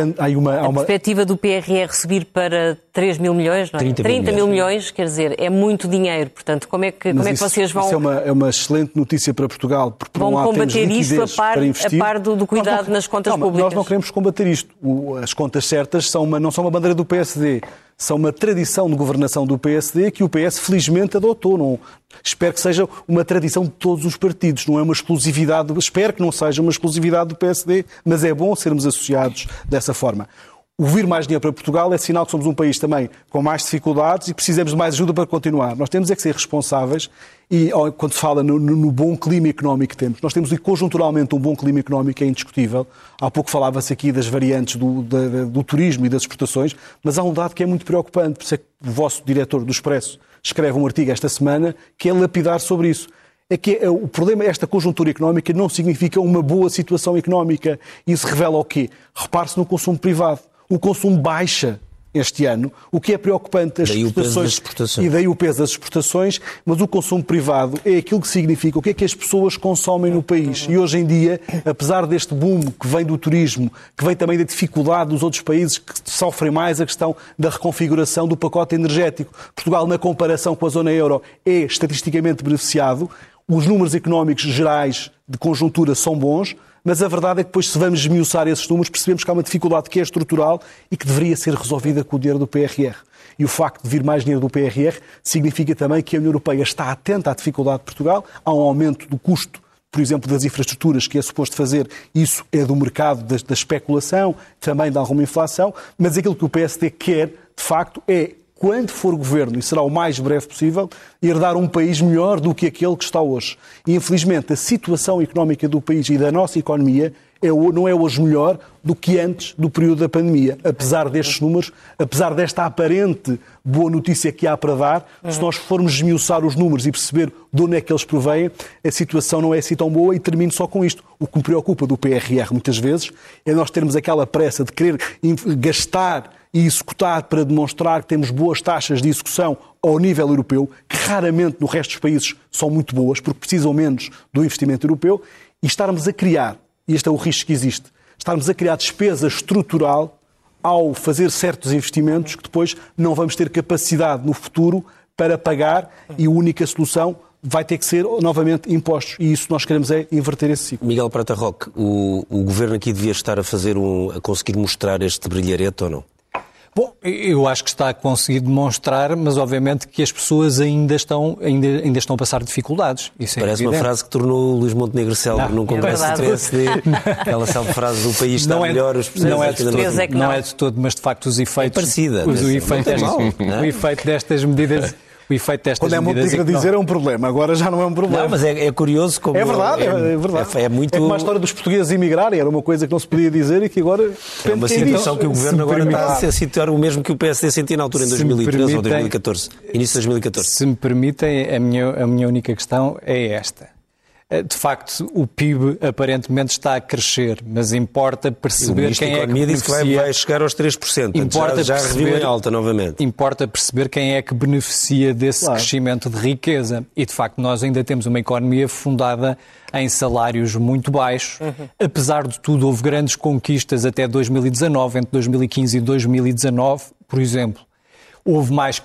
A perspectiva do PRR subir para 3 mil milhões, não é? 30 mil milhões, quer dizer, é muito dinheiro. Portanto, como é que vocês vão... Isso é uma excelente notícia para Portugal, porque vão combater isto a par do cuidado nas contas públicas? Nós não queremos combater isto. As contas certas não são uma bandeira do PSD, são uma tradição de governação do PSD que o PS felizmente adotou. Não, espero que seja uma tradição de todos os partidos, não é uma exclusividade, espero que não seja uma exclusividade do PSD, mas é bom sermos associados dessa forma. O vir mais dinheiro para Portugal é sinal que somos um país também com mais dificuldades e precisamos de mais ajuda para continuar. Nós temos é que ser responsáveis e, quando se fala no bom clima económico que temos, nós temos conjunturalmente um bom clima económico que é indiscutível. Há pouco falava-se aqui das variantes do turismo e das exportações, mas há um dado que é muito preocupante. Por isso é que o vosso diretor do Expresso escreve um artigo esta semana que é lapidar sobre isso. É que o problema é esta conjuntura económica não significa uma boa situação económica. Isso revela o quê? Repare-se no consumo privado. O consumo baixa este ano, o que é preocupante, as exportações, e daí o peso das exportações, mas o consumo privado é aquilo que significa o que é que as pessoas consomem no país. E hoje em dia, apesar deste boom que vem do turismo, que vem também da dificuldade dos outros países que sofrem mais a questão da reconfiguração do pacote energético, Portugal, na comparação com a zona euro, é estatisticamente beneficiado, os números económicos gerais de conjuntura são bons, mas a verdade é que depois, se vamos esmiuçar esses números, percebemos que há uma dificuldade que é estrutural e que deveria ser resolvida com o dinheiro do PRR. E o facto de vir mais dinheiro do PRR significa também que a União Europeia está atenta à dificuldade de Portugal, há um aumento do custo, por exemplo, das infraestruturas que é suposto fazer, isso é do mercado da especulação, também de alguma inflação, mas aquilo que o PSD quer, de facto, é, quando for governo, e será o mais breve possível, herdar um país melhor do que aquele que está hoje. E, infelizmente, a situação económica do país e da nossa economia não é hoje melhor do que antes do período da pandemia. Apesar destes números, apesar desta aparente boa notícia que há para dar, se nós formos esmiuçar os números e perceber de onde é que eles provêm, a situação não é assim tão boa. E termino só com isto. O que me preocupa do PRR, muitas vezes, é nós termos aquela pressa de querer gastar e executar para demonstrar que temos boas taxas de execução ao nível europeu, que raramente no resto dos países são muito boas, porque precisam menos do investimento europeu, e estarmos a criar, e este é o risco que existe, estarmos a criar despesa estrutural ao fazer certos investimentos que depois não vamos ter capacidade no futuro para pagar, e a única solução vai ter que ser, novamente, impostos. E isso nós queremos é inverter esse ciclo. Miguel Prata Roque, o Governo aqui devia estar a conseguir mostrar este brilharete ou não? Bom, eu acho que está a conseguir demonstrar, mas obviamente que as pessoas ainda estão a passar dificuldades. Isso parece uma frase que tornou o Luís Montenegro célebre num congresso do PSD. Aquela célebre frase do país está melhor, os não é de todo, mas de facto os efeitos... É parecida. O efeito destas medidas... o efeito destas quando medidas... Quando é muito dizer é um problema, agora já não é um problema. Não, mas é curioso como... É verdade, é verdade. É muito... como a história dos portugueses emigrarem, era uma coisa que não se podia dizer e que agora... É uma situação que o Governo agora está a situar o mesmo que o PSD sentia na altura em 2013 ou 2014, início de 2014. Se me permitem, a minha única questão é esta. De facto, o PIB aparentemente está a crescer, mas importa perceber quem é que beneficia... disse que vai chegar aos 3%, importa já reviu em alta novamente. Importa perceber quem é que beneficia desse crescimento de riqueza. E, de facto, nós ainda temos uma economia fundada em salários muito baixos. Apesar de tudo, houve grandes conquistas até 2019, entre 2015 e 2019, por exemplo. Houve mais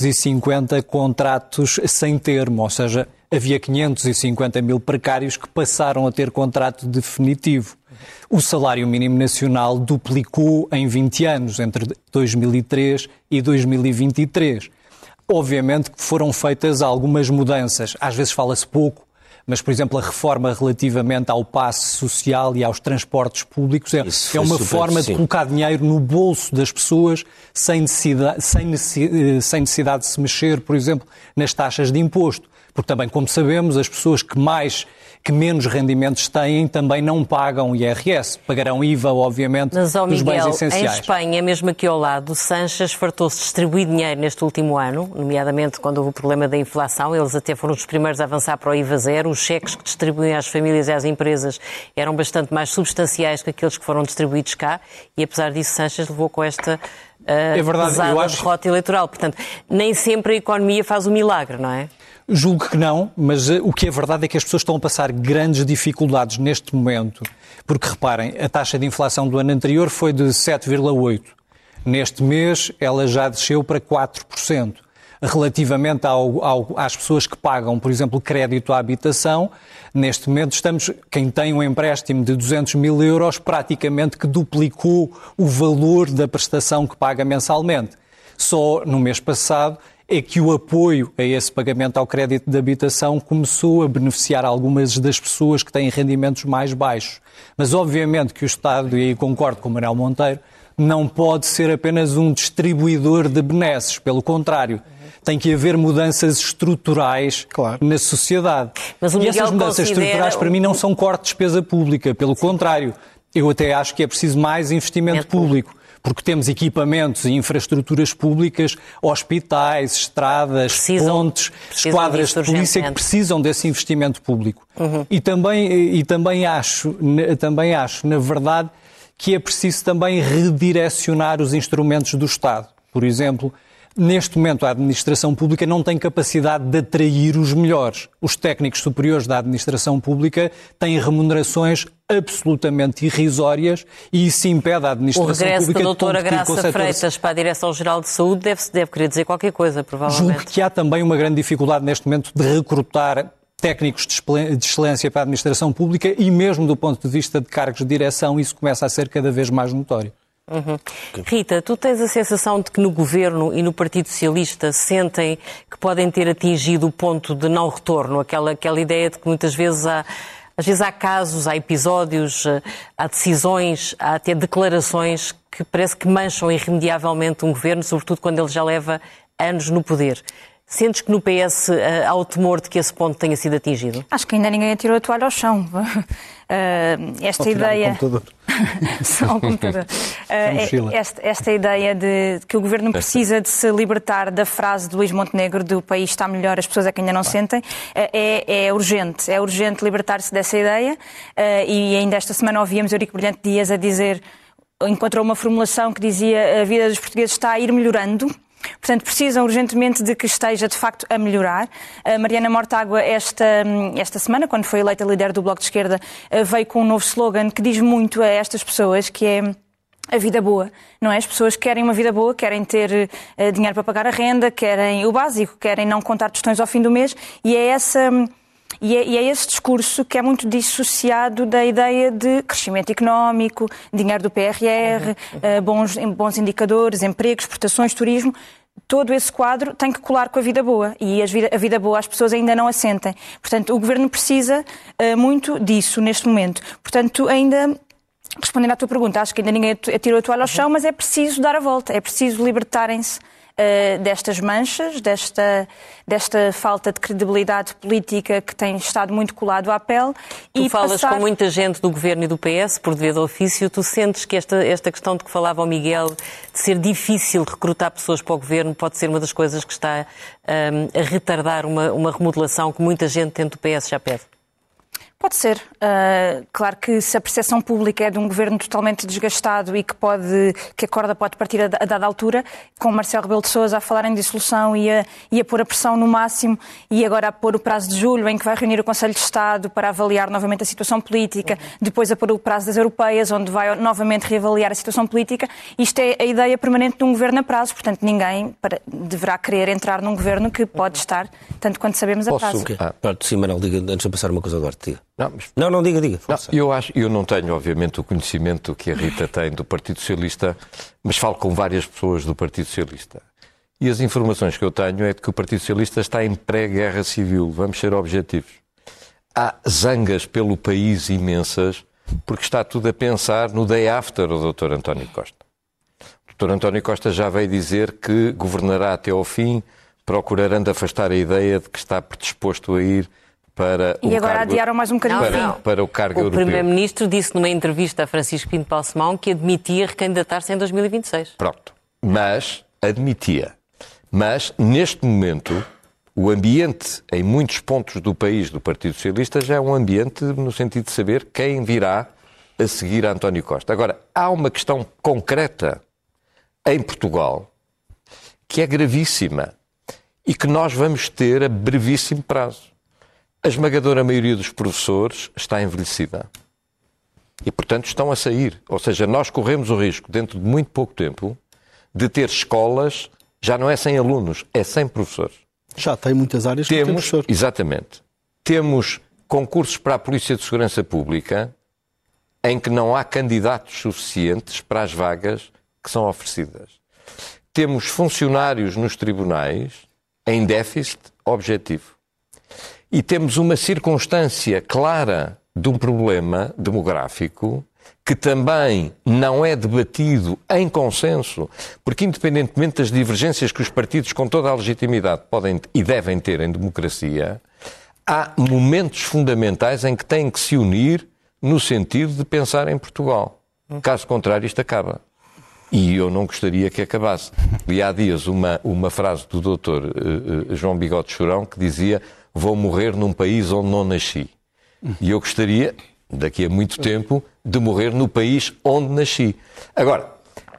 550 contratos sem termo, ou seja, havia 550 mil precários que passaram a ter contrato definitivo. O salário mínimo nacional duplicou em 20 anos, entre 2003 e 2023. Obviamente que foram feitas algumas mudanças, às vezes fala-se pouco, mas, por exemplo, a reforma relativamente ao passe social e aos transportes públicos é uma forma de colocar dinheiro no bolso das pessoas sem necessidade de se mexer, por exemplo, nas taxas de imposto. Porque também, como sabemos, as pessoas que menos rendimentos têm também não pagam IRS. Pagarão IVA, obviamente, dos bens essenciais. Em Espanha, mesmo aqui ao lado, Sánchez fartou-se de distribuir dinheiro neste último ano, nomeadamente quando houve o problema da inflação. Eles até foram os primeiros a avançar para o IVA zero. Os cheques que distribuem às famílias e às empresas eram bastante mais substanciais que aqueles que foram distribuídos cá. E, apesar disso, Sánchez levou com esta pesada derrota eleitoral. Portanto, nem sempre a economia faz o milagre, não é? Julgo que não, mas o que é verdade é que as pessoas estão a passar grandes dificuldades neste momento, porque reparem, a taxa de inflação do ano anterior foi de 7,8%. Neste mês ela já desceu para 4%. Relativamente às pessoas que pagam, por exemplo, crédito à habitação, neste momento quem tem um empréstimo de 200 mil euros praticamente que duplicou o valor da prestação que paga mensalmente. Só no mês passado é que o apoio a esse pagamento ao crédito de habitação começou a beneficiar algumas das pessoas que têm rendimentos mais baixos. Mas obviamente que o Estado, e aí concordo com o Manuel Monteiro, não pode ser apenas um distribuidor de benesses, pelo contrário. Tem que haver mudanças estruturais na sociedade. Mas e essas mudanças estruturais, para mim, não são corte de despesa pública. Pelo contrário, eu até acho que é preciso mais investimento público. Porque temos equipamentos e infraestruturas públicas, hospitais, estradas, pontes, esquadras de polícia que precisam desse investimento público. E também acho, na verdade, que é preciso também redirecionar os instrumentos do Estado. Por exemplo, neste momento a administração pública não tem capacidade de atrair os melhores. Os técnicos superiores da administração pública têm remunerações absolutamente irrisórias e isso impede a administração pública de competir com o setor. O regresso da doutora Graça Freitas para a Direção-Geral de Saúde deve querer dizer qualquer coisa, provavelmente. Julgo que há também uma grande dificuldade neste momento de recrutar técnicos de excelência para a administração pública e mesmo do ponto de vista de cargos de direção isso começa a ser cada vez mais notório. Rita, tu tens a sensação de que no Governo e no Partido Socialista sentem que podem ter atingido o ponto de não retorno, aquela ideia de que muitas vezes há casos, há episódios, há decisões, há até declarações que parece que mancham irremediavelmente um Governo, sobretudo quando ele já leva anos no poder. Sentes que no PS há o temor de que esse ponto tenha sido atingido? Acho que ainda ninguém atirou a toalha ao chão. Esta ideia... Só o computador. Esta ideia de que o Governo precisa de se libertar da frase de Luís Montenegro do país está melhor, as pessoas é que ainda não sentem, é urgente. É urgente libertar-se dessa ideia e ainda esta semana ouvíamos Eurico Brilhante Dias a dizer, encontrou uma formulação que dizia a vida dos portugueses está a ir melhorando. Portanto, precisam urgentemente de que esteja, de facto, a melhorar. A Mariana Mortágua, esta semana, quando foi eleita líder do Bloco de Esquerda, veio com um novo slogan que diz muito a estas pessoas, que é a vida boa, não é? As pessoas querem uma vida boa, querem ter dinheiro para pagar a renda, querem o básico, querem não contar tostões ao fim do mês, e é esse discurso que é muito dissociado da ideia de crescimento económico, dinheiro do PRR, bons indicadores, empregos, exportações, turismo. Todo esse quadro tem que colar com a vida boa e a vida boa as pessoas ainda não a sentem. Portanto, o Governo precisa muito disso neste momento. Portanto, ainda... Respondendo à tua pergunta, acho que ainda ninguém atirou a toalha ao chão, mas é preciso dar a volta, é preciso libertarem-se destas manchas, desta falta de credibilidade política que tem estado muito colado à pele. Tu falas com muita gente do Governo e do PS, por dever de ofício. Tu sentes que esta questão de que falava o Miguel, de ser difícil recrutar pessoas para o Governo, pode ser uma das coisas que está a retardar uma remodelação que muita gente dentro do PS já pede? Pode ser. Claro que se a percepção pública é de um governo totalmente desgastado e que a corda pode partir a dada altura, com Marcelo Rebelo de Sousa a falar em dissolução e a pôr a pressão no máximo e agora a pôr o prazo de julho em que vai reunir o Conselho de Estado para avaliar novamente a situação política, depois a pôr o prazo das europeias, onde vai novamente reavaliar a situação política. Isto é a ideia permanente de um governo a prazo, portanto ninguém deverá querer entrar num governo que pode estar, tanto quanto sabemos, a prazo. Sim, Manuel, diga, antes de passar uma coisa ao Duarte, diga. Não, diga. Eu não tenho, obviamente, o conhecimento que a Rita tem do Partido Socialista, mas falo com várias pessoas do Partido Socialista. E as informações que eu tenho é de que o Partido Socialista está em pré-guerra civil. Vamos ser objetivos. Há zangas pelo país imensas, porque está tudo a pensar no day after o Dr. António Costa. O Dr. António Costa já veio dizer que governará até ao fim, procurando afastar a ideia de que está predisposto a ir para e agora adiaram mais um bocadinho para o cargo europeu. O Primeiro-Ministro disse numa entrevista a Francisco Pinto Balsemão que admitia recandidatar-se em 2026. Pronto. Mas admitia. Mas, neste momento, o ambiente em muitos pontos do país do Partido Socialista já é um ambiente no sentido de saber quem virá a seguir a António Costa. Agora, há uma questão concreta em Portugal que é gravíssima e que nós vamos ter a brevíssimo prazo. A esmagadora maioria dos professores está envelhecida e, portanto, estão a sair. Ou seja, nós corremos o risco, dentro de muito pouco tempo, de ter escolas, já não é sem alunos, é sem professores. Já tem muitas áreas que tem professor. Exatamente. Temos concursos para a Polícia de Segurança Pública em que não há candidatos suficientes para as vagas que são oferecidas. Temos funcionários nos tribunais em déficit objetivo. E temos uma circunstância clara de um problema demográfico que também não é debatido em consenso, porque independentemente das divergências que os partidos com toda a legitimidade podem e devem ter em democracia, há momentos fundamentais em que têm que se unir no sentido de pensar em Portugal. Caso contrário, isto acaba. E eu não gostaria que acabasse. Li há dias uma frase do doutor João Bigode Chorão que dizia: vou morrer num país onde não nasci. E eu gostaria, daqui a muito tempo, de morrer no país onde nasci. Agora,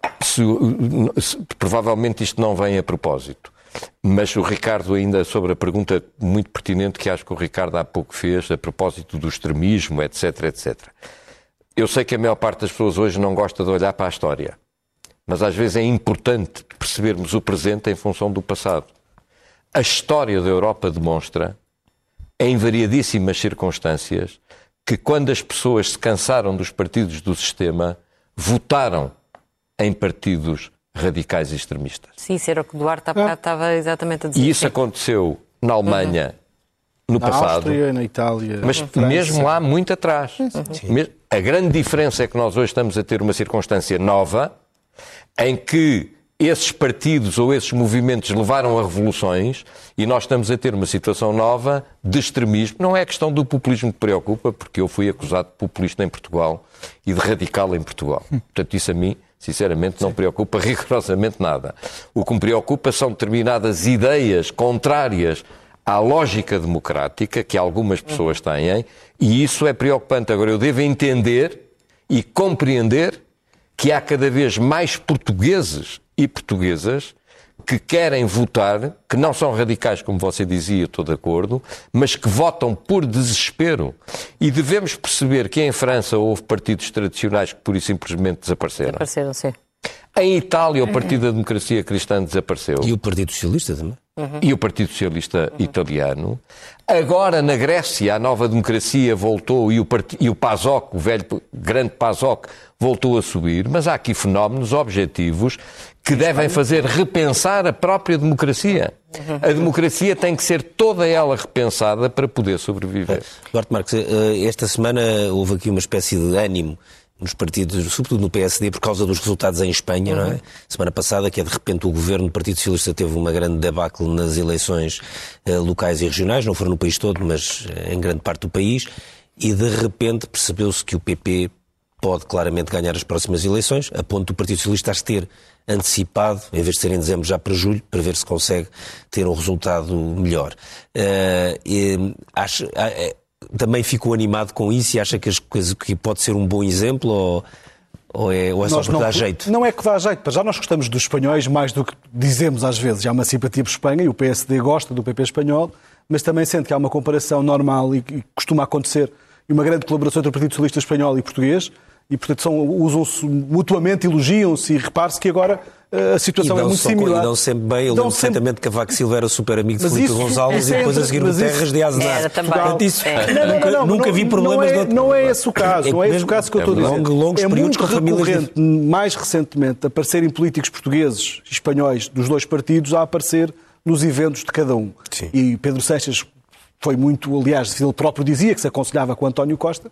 provavelmente isto não vem a propósito, mas o Ricardo ainda sobre a pergunta muito pertinente que acho que o Ricardo há pouco fez, a propósito do extremismo, etc, etc. Eu sei que a maior parte das pessoas hoje não gosta de olhar para a história, mas às vezes é importante percebermos o presente em função do passado. A história da Europa demonstra, em variadíssimas circunstâncias, que quando as pessoas se cansaram dos partidos do sistema, votaram em partidos radicais e extremistas. Sim, isso era o que o Duarte há bocado estava exatamente a dizer. E isso aconteceu na Alemanha no passado. Na Áustria, na Itália, mas na França. Mesmo lá muito atrás. A grande diferença é que nós hoje estamos a ter uma circunstância nova em que esses partidos ou esses movimentos levaram a revoluções e nós estamos a ter uma situação nova de extremismo. Não é a questão do populismo que preocupa, porque eu fui acusado de populista em Portugal e de radical em Portugal. Portanto, isso a mim, sinceramente, não me preocupa rigorosamente nada. O que me preocupa são determinadas ideias contrárias à lógica democrática que algumas pessoas têm, e isso é preocupante. Agora, eu devo entender e compreender que há cada vez mais portugueses e portuguesas que querem votar, que não são radicais, como você dizia, estou de acordo, mas que votam por desespero. E devemos perceber que em França houve partidos tradicionais que pura e simplesmente desapareceram. Desapareceram, sim. Em Itália o Partido da Democracia Cristã desapareceu. E o Partido Socialista também. E o Partido Socialista Italiano. Agora, na Grécia, a Nova Democracia voltou e o PASOK, o velho grande PASOK, voltou a subir. Mas há aqui fenómenos objetivos que devem fazer repensar a própria democracia. A democracia tem que ser toda ela repensada para poder sobreviver. Duarte Marques, esta semana houve aqui uma espécie de ânimo nos partidos, sobretudo no PSD, por causa dos resultados em Espanha, não é? Semana passada, que de repente o governo do Partido Socialista teve uma grande debacle nas eleições locais e regionais, não foram no país todo, mas em grande parte do país, e de repente percebeu-se que o PP pode claramente ganhar as próximas eleições, a ponto do Partido Socialista se ter antecipado, em vez de ser em dezembro, já para julho, para ver se consegue ter um resultado melhor. Também ficou animado com isso e acha que pode ser um bom exemplo ou é só porque dá jeito? Não é que dá jeito. Para já nós gostamos dos espanhóis mais do que dizemos às vezes. Há uma simpatia por Espanha e o PSD gosta do PP espanhol, mas também sente que há uma comparação normal e costuma acontecer e uma grande colaboração entre o Partido Socialista espanhol e português. E, portanto, usam-se mutuamente, elogiam-se e repare-se que agora a situação é muito similar. E dão sempre bem. Eu lembro perfeitamente que Cavaco Silva era super amigo de Filipe Gonçalves e depois a seguir o Terras de Aznar. Era também. Nunca vi problemas não é esse o caso. Não é esse o caso que eu estou a dizer. Longos períodos com famílias. Mais recentemente, aparecerem políticos portugueses e espanhóis dos dois partidos a aparecer nos eventos de cada um. Sim. E Pedro Seixas foi muito, aliás, ele próprio dizia que se aconselhava com António Costa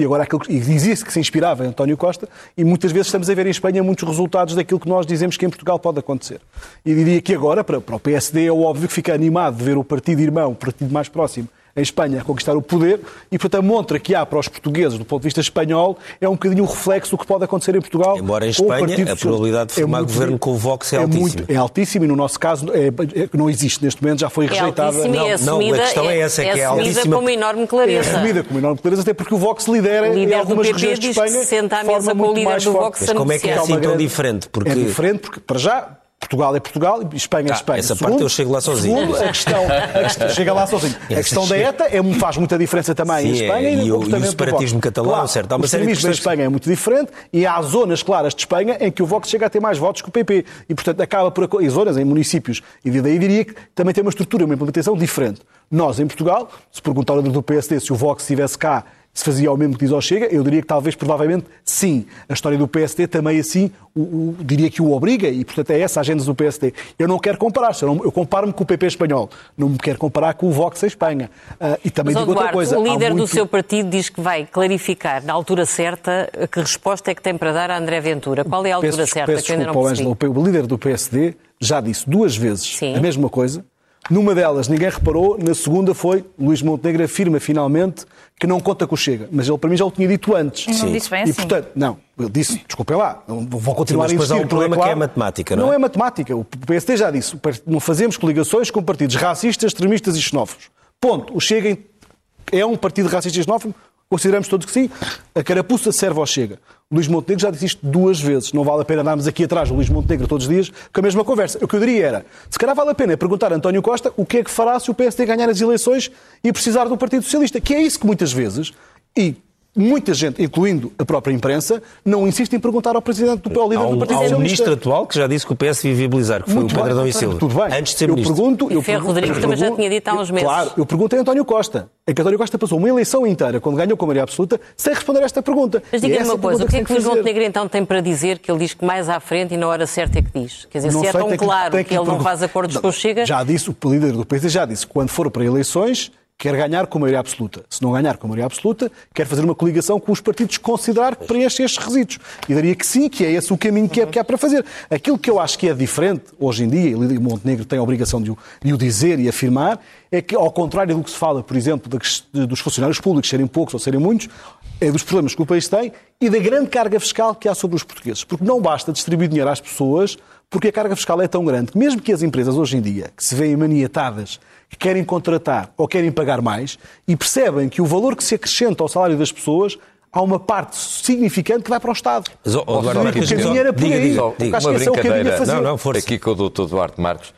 e dizia-se que se inspirava em António Costa e muitas vezes estamos a ver em Espanha muitos resultados daquilo que nós dizemos que em Portugal pode acontecer. E diria que agora, para o PSD, é óbvio que fica animado de ver o partido irmão, o partido mais próximo, em Espanha a conquistar o poder e, portanto, a montra que há para os portugueses do ponto de vista espanhol é um bocadinho o reflexo do que pode acontecer em Portugal. Embora em Espanha a probabilidade de formar governo com o Vox é altíssima. É altíssima e no nosso caso não existe neste momento, já foi rejeitada. Não, a questão é essa, que é altíssima. Com uma enorme clareza. É assumida com uma enorme clareza, até porque o Vox lidera em algumas regiões de Espanha. Senta à mesa com o líder do Vox. Mas como é que é assim tão diferente? É diferente porque, para já, Portugal é Portugal e Espanha é Espanha. Essa parte eu chego lá sozinho. Segundo, a questão chega lá sozinho. A questão da ETA faz muita diferença também em Espanha e o separatismo catalão, certo? O extremismo em Espanha é muito diferente e há zonas claras de Espanha em que o Vox chega a ter mais votos que o PP e, portanto, acaba por... E zonas em municípios. E daí diria que também tem uma estrutura, uma implementação diferente. Nós, em Portugal, se perguntar ao líder do PSD se o Vox estivesse cá, se fazia o mesmo que diz ao Chega, eu diria que talvez, provavelmente, sim. A história do PSD também assim, diria que o obriga e, portanto, é essa a agenda do PSD. Eu não quero comparar, eu comparo-me com o PP espanhol, não me quero comparar com o Vox em Espanha. E também digo outra coisa. O líder do seu partido diz que vai clarificar na altura certa que resposta é que tem para dar a André Ventura. Qual é a altura certa que eu ainda não percebi? O líder do PSD já disse 2 vezes a mesma coisa. Numa delas ninguém reparou, na segunda foi Luís Montenegro afirma finalmente que não conta com o Chega. Mas ele para mim já o tinha dito antes. Não disse bem assim. E portanto, não, ele disse, desculpem lá, vão continuar a insistir. Mas há um problema que é a matemática, não é? Não é matemática. O PSD já disse, não fazemos coligações com partidos racistas, extremistas e xenófobos. Ponto. O Chega é um partido racista e xenófobo. Consideramos todos que sim. A carapuça serve ao Chega. O Luís Montenegro já disse isto 2 vezes. Não vale a pena andarmos aqui atrás do Luís Montenegro todos os dias com a mesma conversa. O que eu diria era, se calhar vale a pena perguntar a António Costa o que é que fará se o PSD ganhar as eleições e precisar do Partido Socialista. Que é isso que muitas vezes, e muita gente, incluindo a própria imprensa, não insiste em perguntar ao Presidente do líder do Partido Socialista. Há um ministro atual que já disse que o PS ia viabilizar, que foi o Pedro Adão e Silva. Tudo bem. Antes de ser ministro. E Ferro Rodrigues também já tinha dito há uns meses. Claro, eu pergunto a António Costa. É que António Costa passou uma eleição inteira, quando ganhou com a maioria absoluta, sem responder a esta pergunta. Mas diga-me uma coisa, o que é que o Luís Montenegro então tem para dizer que ele diz que mais à frente e na hora certa é que diz? Quer dizer, se é tão claro que ele não faz acordos com o Chega... Já disse, o líder do PSD já disse que quando for para eleições quer ganhar com a maioria absoluta. Se não ganhar com a maioria absoluta, quer fazer uma coligação com os partidos que considerar que preenchem estes requisitos. E daria que sim, que é esse o caminho que há para fazer. Aquilo que eu acho que é diferente hoje em dia, e o Montenegro tem a obrigação de o dizer e afirmar, é que, ao contrário do que se fala, por exemplo, dos funcionários públicos serem poucos ou serem muitos, é dos problemas que o país tem e da grande carga fiscal que há sobre os portugueses. Porque não basta distribuir dinheiro às pessoas, porque a carga fiscal é tão grande que mesmo que as empresas hoje em dia, que se veem maniatadas, que querem contratar ou querem pagar mais e percebem que o valor que se acrescenta ao salário das pessoas, há uma parte significante que vai para o Estado. Mas, Eduardo Marques, o caminho era por aí. Uma brincadeira. Não, aqui com o Dr. Eduardo Marques,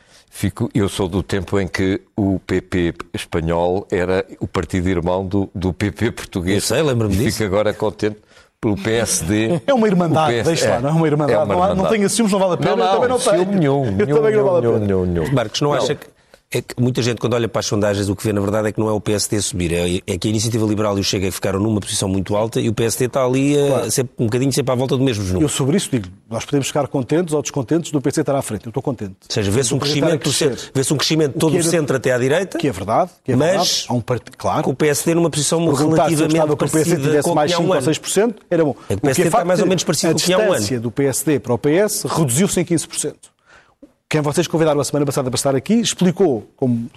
eu sou do tempo em que o PP espanhol era o partido irmão do PP português. Eu sei, lembro-me disso. Fico agora contente pelo PSD. É uma irmandade, deixa lá, não é uma irmandade. Não tenho ciúmes, não vale a pena. Eu também não tenho. Nenhum. Eu também não vale a pena. Marcos, não acha que... É que muita gente, quando olha para as sondagens, o que vê na verdade é que não é o PSD a subir, é que a Iniciativa Liberal e o Chega ficaram numa posição muito alta e o PSD está ali um bocadinho sempre à volta do mesmo número. Eu sobre isso digo, nós podemos ficar contentes ou descontentes do PSD estar à frente. Eu estou contente. Ou seja, vê-se um crescimento todo o centro até à direita, que é verdade, mas há um claro, com o PSD numa posição relativamente parecida que o PSD tivesse mais 5 ou 6%, era bom. O PSD está mais ou menos parecido com o que há um ano. A distância do PSD para o PS reduziu-se em 15%. Quem vocês convidaram a semana passada para estar aqui explicou, como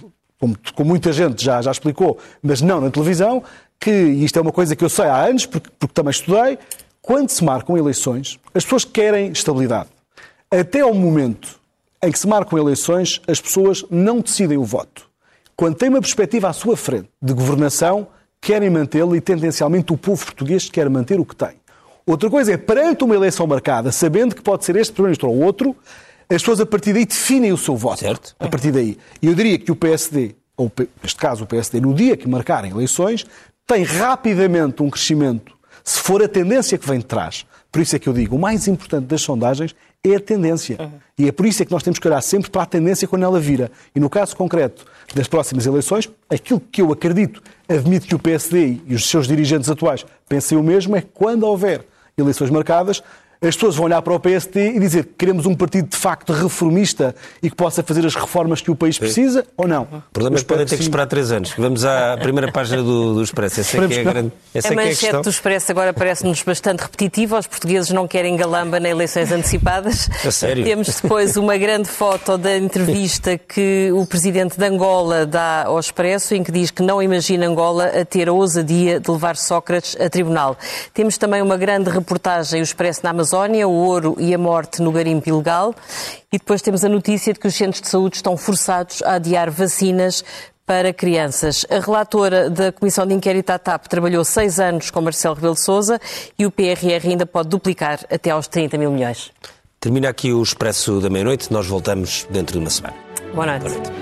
muita gente já explicou, mas não na televisão, que isto é uma coisa que eu sei há anos, porque também estudei, quando se marcam eleições, as pessoas querem estabilidade. Até ao momento em que se marcam eleições, as pessoas não decidem o voto. Quando têm uma perspectiva à sua frente de governação, querem mantê-la e tendencialmente o povo português quer manter o que tem. Outra coisa é, perante uma eleição marcada, sabendo que pode ser este primeiro-ministro ou outro, as pessoas a partir daí definem o seu voto. Certo. A partir daí. E eu diria que o PSD, ou neste caso o PSD, no dia que marcarem eleições, tem rapidamente um crescimento, se for a tendência que vem de trás. Por isso é que eu digo, o mais importante das sondagens é a tendência. E é por isso é que nós temos que olhar sempre para a tendência quando ela vira. E no caso concreto das próximas eleições, aquilo que eu acredito, admito que o PSD e os seus dirigentes atuais pensem o mesmo, é que quando houver eleições marcadas, as pessoas vão olhar para o PSD e dizer que queremos um partido de facto reformista e que possa fazer as reformas que o país precisa, ou não? O problema é que podem ter que esperar 3 anos. Vamos à primeira página do Expresso. Essa é que é a grande. A manchete do Expresso agora parece-nos bastante repetitiva. Os portugueses não querem galamba nas eleições antecipadas. A sério? Temos depois uma grande foto da entrevista que o presidente de Angola dá ao Expresso, em que diz que não imagina Angola a ter a ousadia de levar Sócrates a tribunal. Temos também uma grande reportagem, o Expresso na Amazónia, o ouro e a morte no garimpo ilegal. E depois temos a notícia de que os centros de saúde estão forçados a adiar vacinas para crianças. A relatora da Comissão de Inquérito à TAP trabalhou 6 anos com Marcelo Rebelo de Sousa e o PRR ainda pode duplicar até aos 30 mil milhões. Termina aqui o Expresso da Meia-Noite. Nós voltamos dentro de uma semana. Boa noite.